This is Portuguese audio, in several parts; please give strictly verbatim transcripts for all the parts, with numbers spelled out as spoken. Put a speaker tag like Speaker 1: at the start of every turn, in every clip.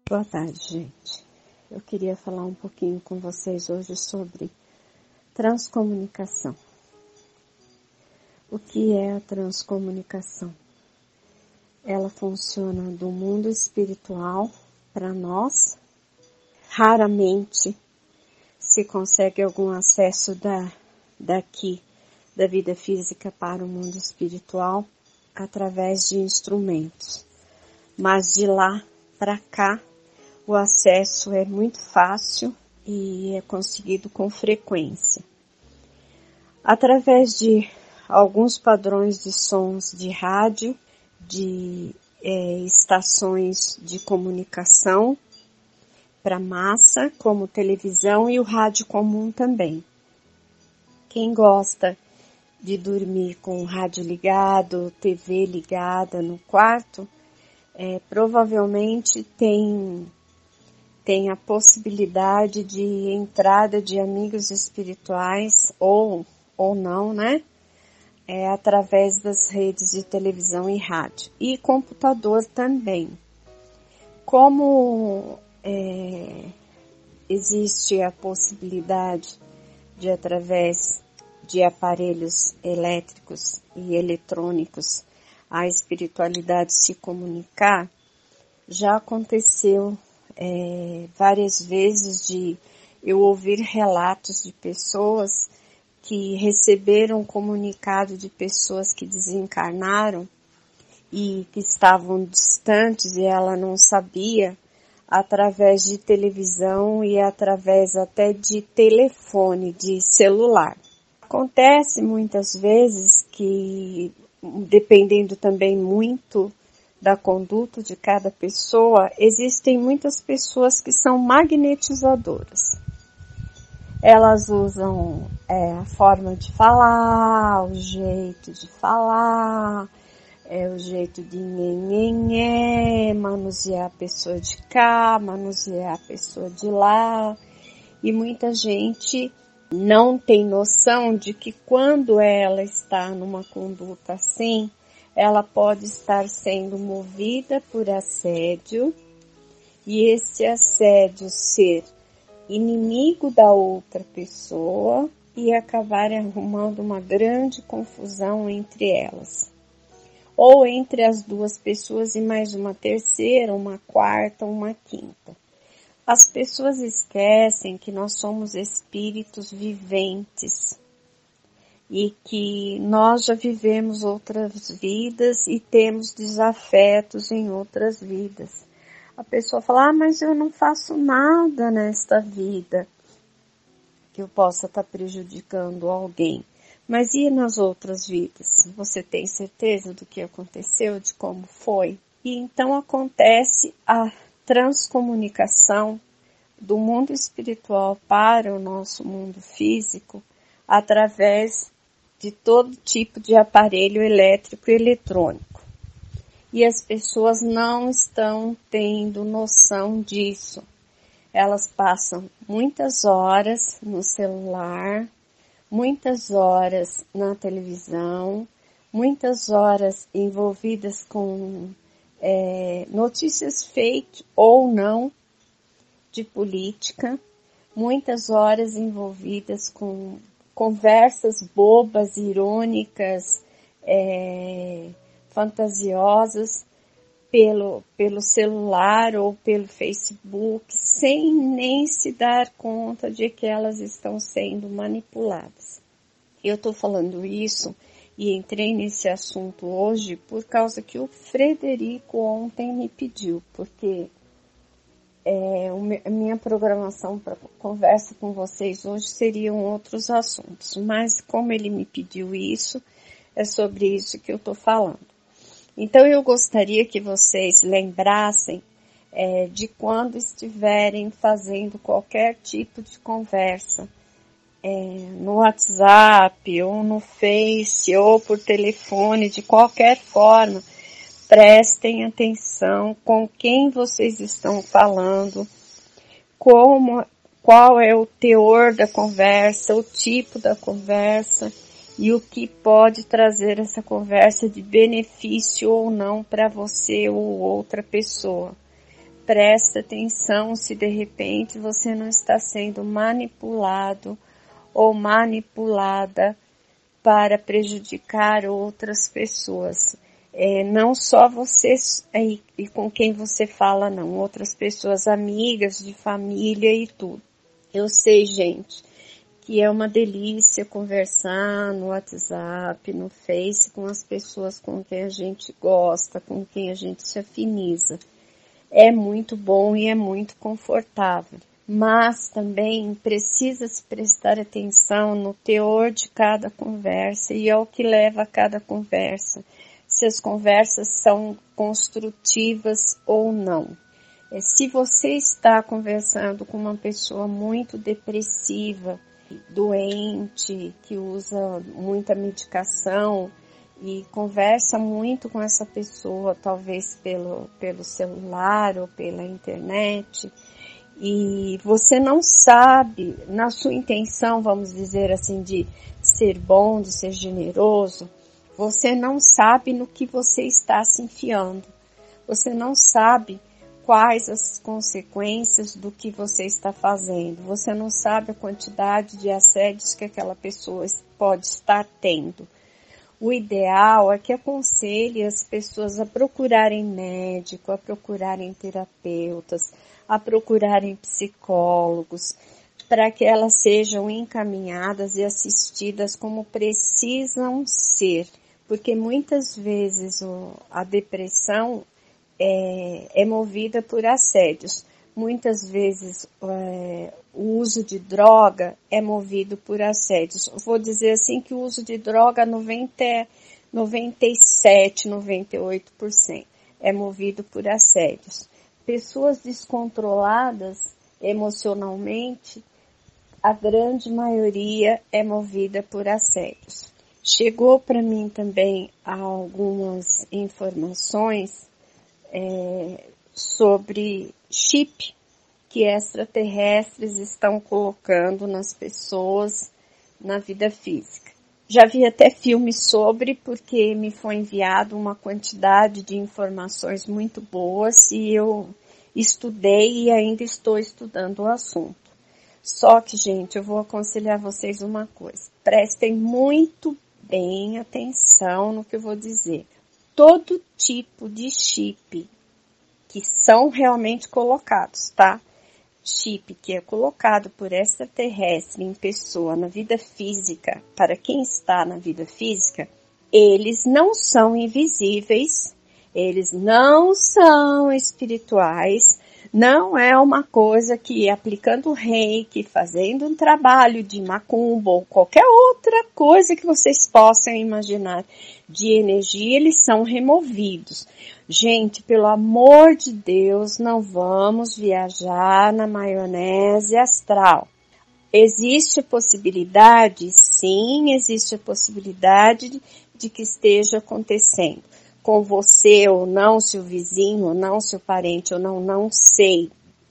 Speaker 1: Boa tarde, gente. Eu queria falar um pouquinho com vocês hoje sobre transcomunicação. O que é a transcomunicação? Ela funciona do mundo espiritual para nós. Raramente se consegue algum acesso da, daqui, da vida física para o mundo espiritual através de instrumentos. Mas de lá para cá, o acesso é muito fácil e é conseguido com frequência. Através de alguns padrões de sons de rádio, de é, estações de comunicação para massa, como televisão e o rádio comum também. Quem gosta de dormir com o rádio ligado, T V ligada no quarto, é, provavelmente tem... tem a possibilidade de entrada de amigos espirituais, ou, ou não, né? É, através das redes de televisão e rádio. E computador também. Como é, existe a possibilidade de, através de aparelhos elétricos e eletrônicos, a espiritualidade se comunicar, já aconteceu É, várias vezes de eu ouvir relatos de pessoas que receberam comunicado de pessoas que desencarnaram e que estavam distantes e ela não sabia, através de televisão e através até de telefone, de celular. Acontece muitas vezes que, dependendo também muito da conduta de cada pessoa, existem muitas pessoas que são magnetizadoras. Elas usam é, a forma de falar, o jeito de falar, é, o jeito de nhenhenhé, manusear a pessoa de cá, manusear a pessoa de lá. E muita gente não tem noção de que quando ela está numa conduta assim, ela pode estar sendo movida por assédio e esse assédio ser inimigo da outra pessoa e acabar arrumando uma grande confusão entre elas. Ou entre as duas pessoas e mais uma terceira, uma quarta, uma quinta. As pessoas esquecem que nós somos espíritos viventes e que nós já vivemos outras vidas e temos desafetos em outras vidas. A pessoa fala, ah, mas eu não faço nada nesta vida que eu possa estar prejudicando alguém. Mas e nas outras vidas? Você tem certeza do que aconteceu, de como foi? E então acontece a transcomunicação do mundo espiritual para o nosso mundo físico através de todo tipo de aparelho elétrico e eletrônico. E as pessoas não estão tendo noção disso. Elas passam muitas horas no celular, muitas horas na televisão, muitas horas envolvidas com é, notícias fake ou não de política, muitas horas envolvidas com conversas bobas, irônicas, é, fantasiosas pelo, pelo celular ou pelo Facebook, sem nem se dar conta de que elas estão sendo manipuladas. Eu estou falando isso e entrei nesse assunto hoje por causa que o Frederico ontem me pediu, porque É, a minha programação para conversa com vocês hoje seriam outros assuntos, mas como ele me pediu isso, é sobre isso que eu estou falando. Então eu gostaria que vocês lembrassem é, de quando estiverem fazendo qualquer tipo de conversa, é, no WhatsApp, ou no Face, ou por telefone, de qualquer forma. Prestem atenção com quem vocês estão falando, como, qual é o teor da conversa, o tipo da conversa e o que pode trazer essa conversa de benefício ou não para você ou outra pessoa. presta atenção se de repente você não está sendo manipulado ou manipulada para prejudicar outras pessoas. É, não só você e, e com quem você fala, não. Outras pessoas, amigas, de família e tudo. Eu sei, gente, que é uma delícia conversar no WhatsApp, no Face, com as pessoas com quem a gente gosta, com quem a gente se afiniza. É muito bom e é muito confortável. Mas também precisa se prestar atenção no teor de cada conversa e ao que leva a cada conversa. Se as conversas são construtivas ou não. Se você está conversando com uma pessoa muito depressiva, doente, que usa muita medicação e conversa muito com essa pessoa, talvez pelo, pelo celular ou pela internet, e você não sabe, na sua intenção, vamos dizer assim, de ser bom, de ser generoso, você não sabe no que você está se enfiando. Você não sabe quais as consequências do que você está fazendo. Você não sabe a quantidade de assédios que aquela pessoa pode estar tendo. O ideal é que aconselhe as pessoas a procurarem médico, a procurarem terapeutas, a procurarem psicólogos, para que elas sejam encaminhadas e assistidas como precisam ser. Porque muitas vezes o, a depressão é, é movida por assédios. Muitas vezes é, o uso de droga é movido por assédios. Eu vou dizer assim que o uso de droga noventa, noventa e sete, noventa e oito por cento é movido por assédios. Pessoas descontroladas emocionalmente, a grande maioria é movida por assédios. Chegou para mim também algumas informações é, sobre chip que extraterrestres estão colocando nas pessoas na vida física. Já vi até filmes sobre, porque me foi enviado uma quantidade de informações muito boas e eu estudei e ainda estou estudando o assunto. Só que, gente, eu vou aconselhar vocês uma coisa. Prestem muito bem atenção no que eu vou dizer. Todo tipo de chip que são realmente colocados, tá? Chip que é colocado por extraterrestre em pessoa na vida física, para quem está na vida física, eles não são invisíveis, eles não são espirituais, não é uma coisa que aplicando reiki, fazendo um trabalho de macumba ou qualquer outra coisa que vocês possam imaginar de energia, eles são removidos. Gente, pelo amor de Deus, não vamos viajar na maionese astral. Existe a possibilidade, sim, existe a possibilidade de, de que esteja acontecendo. Com você ou não, seu vizinho ou não, seu parente ou não, não sei.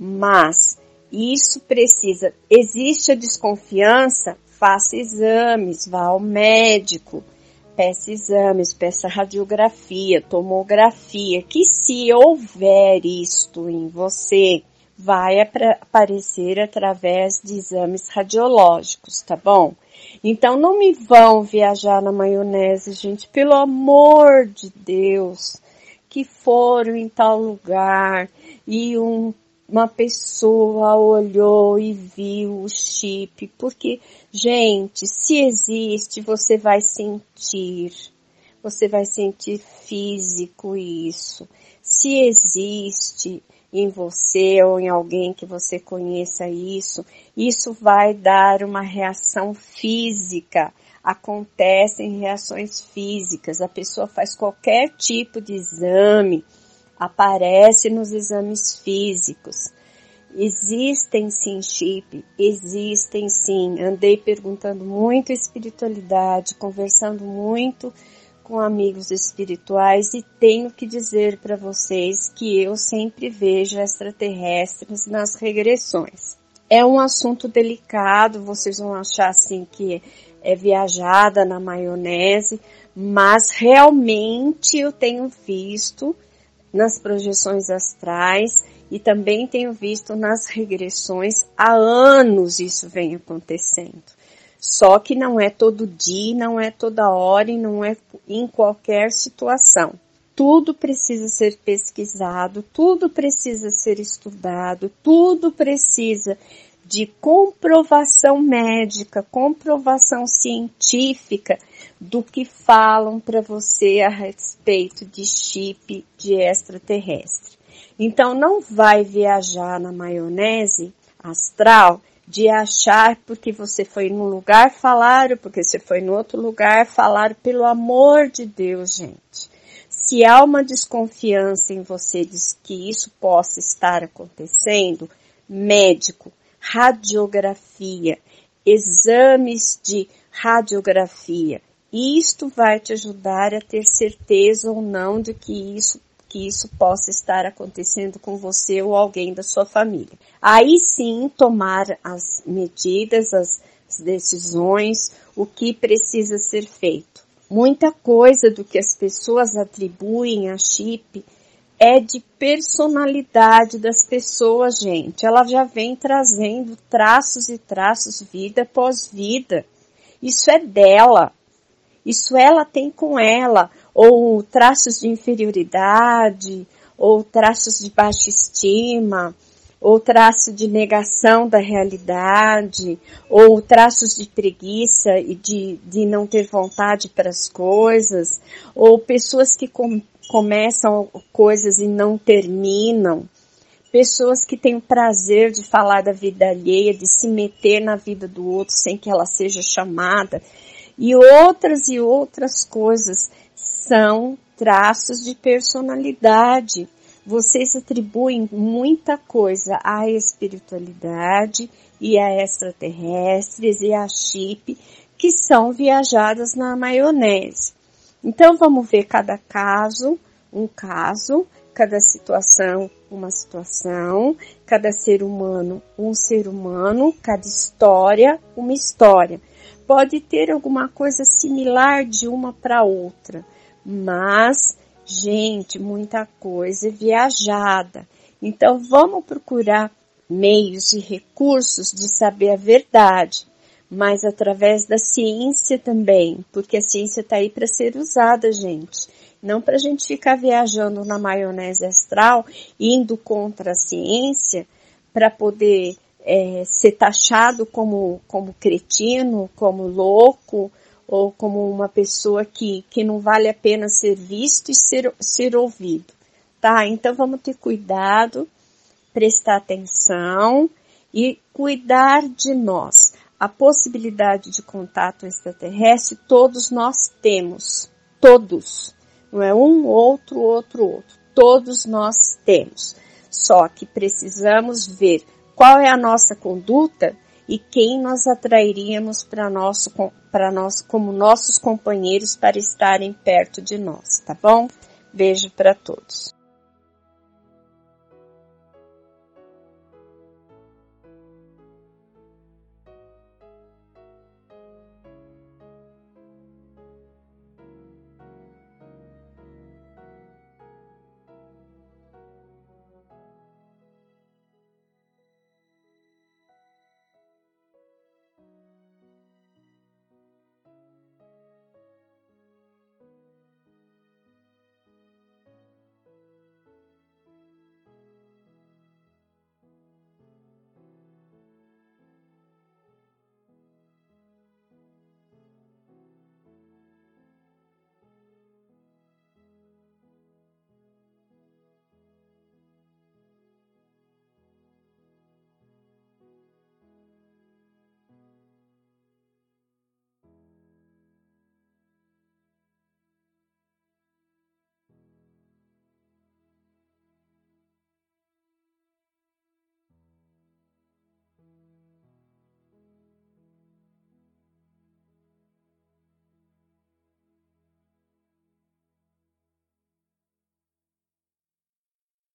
Speaker 1: Mas isso precisa, existe a desconfiança, faça exames, vá ao médico. Peça exames, peça radiografia, tomografia, que se houver isto em você, vai aparecer através de exames radiológicos, tá bom? Então não me vão viajar na maionese, gente, pelo amor de Deus, que foram em tal lugar e um uma pessoa olhou e viu o chip, porque, gente, se existe, você vai sentir, você vai sentir físico isso. Se existe em você ou em alguém que você conheça isso, isso vai dar uma reação física. Acontecem reações físicas, a pessoa faz qualquer tipo de exame, aparece nos exames físicos. Existem sim chip, existem sim. Andei perguntando muito espiritualidade, conversando muito com amigos espirituais e tenho que dizer para vocês que eu sempre vejo extraterrestres nas regressões. É um assunto delicado, vocês vão achar assim que é viajada na maionese, mas realmente eu tenho visto nas projeções astrais e também tenho visto nas regressões. Há anos isso vem acontecendo. Só que não é todo dia, não é toda hora e não é em qualquer situação. Tudo precisa ser pesquisado, tudo precisa ser estudado, tudo precisa de comprovação médica, comprovação científica do que falam para você a respeito de chip de extraterrestre. Então não vai viajar na maionese astral de achar porque você foi num lugar falaram, porque você foi no outro lugar falaram, pelo amor de Deus, gente. Se há uma desconfiança em você de que isso possa estar acontecendo, médico, radiografia, exames de radiografia, isto vai te ajudar a ter certeza ou não de que isso que isso possa estar acontecendo com você ou alguém da sua família. Aí sim, tomar as medidas, as, as decisões, o que precisa ser feito. Muita coisa do que as pessoas atribuem a chip é de personalidade das pessoas, gente. Ela já vem trazendo traços e traços, vida após vida. Isso é dela. Isso ela tem com ela, ou traços de inferioridade, ou traços de baixa estima, ou traço de negação da realidade, ou traços de preguiça e de, de não ter vontade para as coisas, ou pessoas que com, começam coisas e não terminam, pessoas que têm o prazer de falar da vida alheia, de se meter na vida do outro sem que ela seja chamada, e outras e outras coisas são traços de personalidade. Vocês atribuem muita coisa à espiritualidade e a extraterrestres e a chip que são viajadas na maionese. Então vamos ver cada caso, um caso, cada situação, uma situação, cada ser humano, um ser humano, cada história, uma história. Pode ter alguma coisa similar de uma para outra, mas, gente, muita coisa é viajada. Então, vamos procurar meios e recursos de saber a verdade, mas através da ciência também, porque a ciência está aí para ser usada, gente. Não para a gente ficar viajando na maionese astral, indo contra a ciência, para poder É, ser taxado como, como cretino, como louco, ou como uma pessoa que, que não vale a pena ser visto e ser, ser ouvido, tá? Então vamos ter cuidado, prestar atenção e cuidar de nós. A possibilidade de contato extraterrestre todos nós temos, todos, não é um, outro, outro, outro, todos nós temos, só que precisamos ver qual é a nossa conduta e quem nós atrairíamos para nosso, para nós como nossos companheiros para estarem perto de nós, tá bom? Beijo para todos.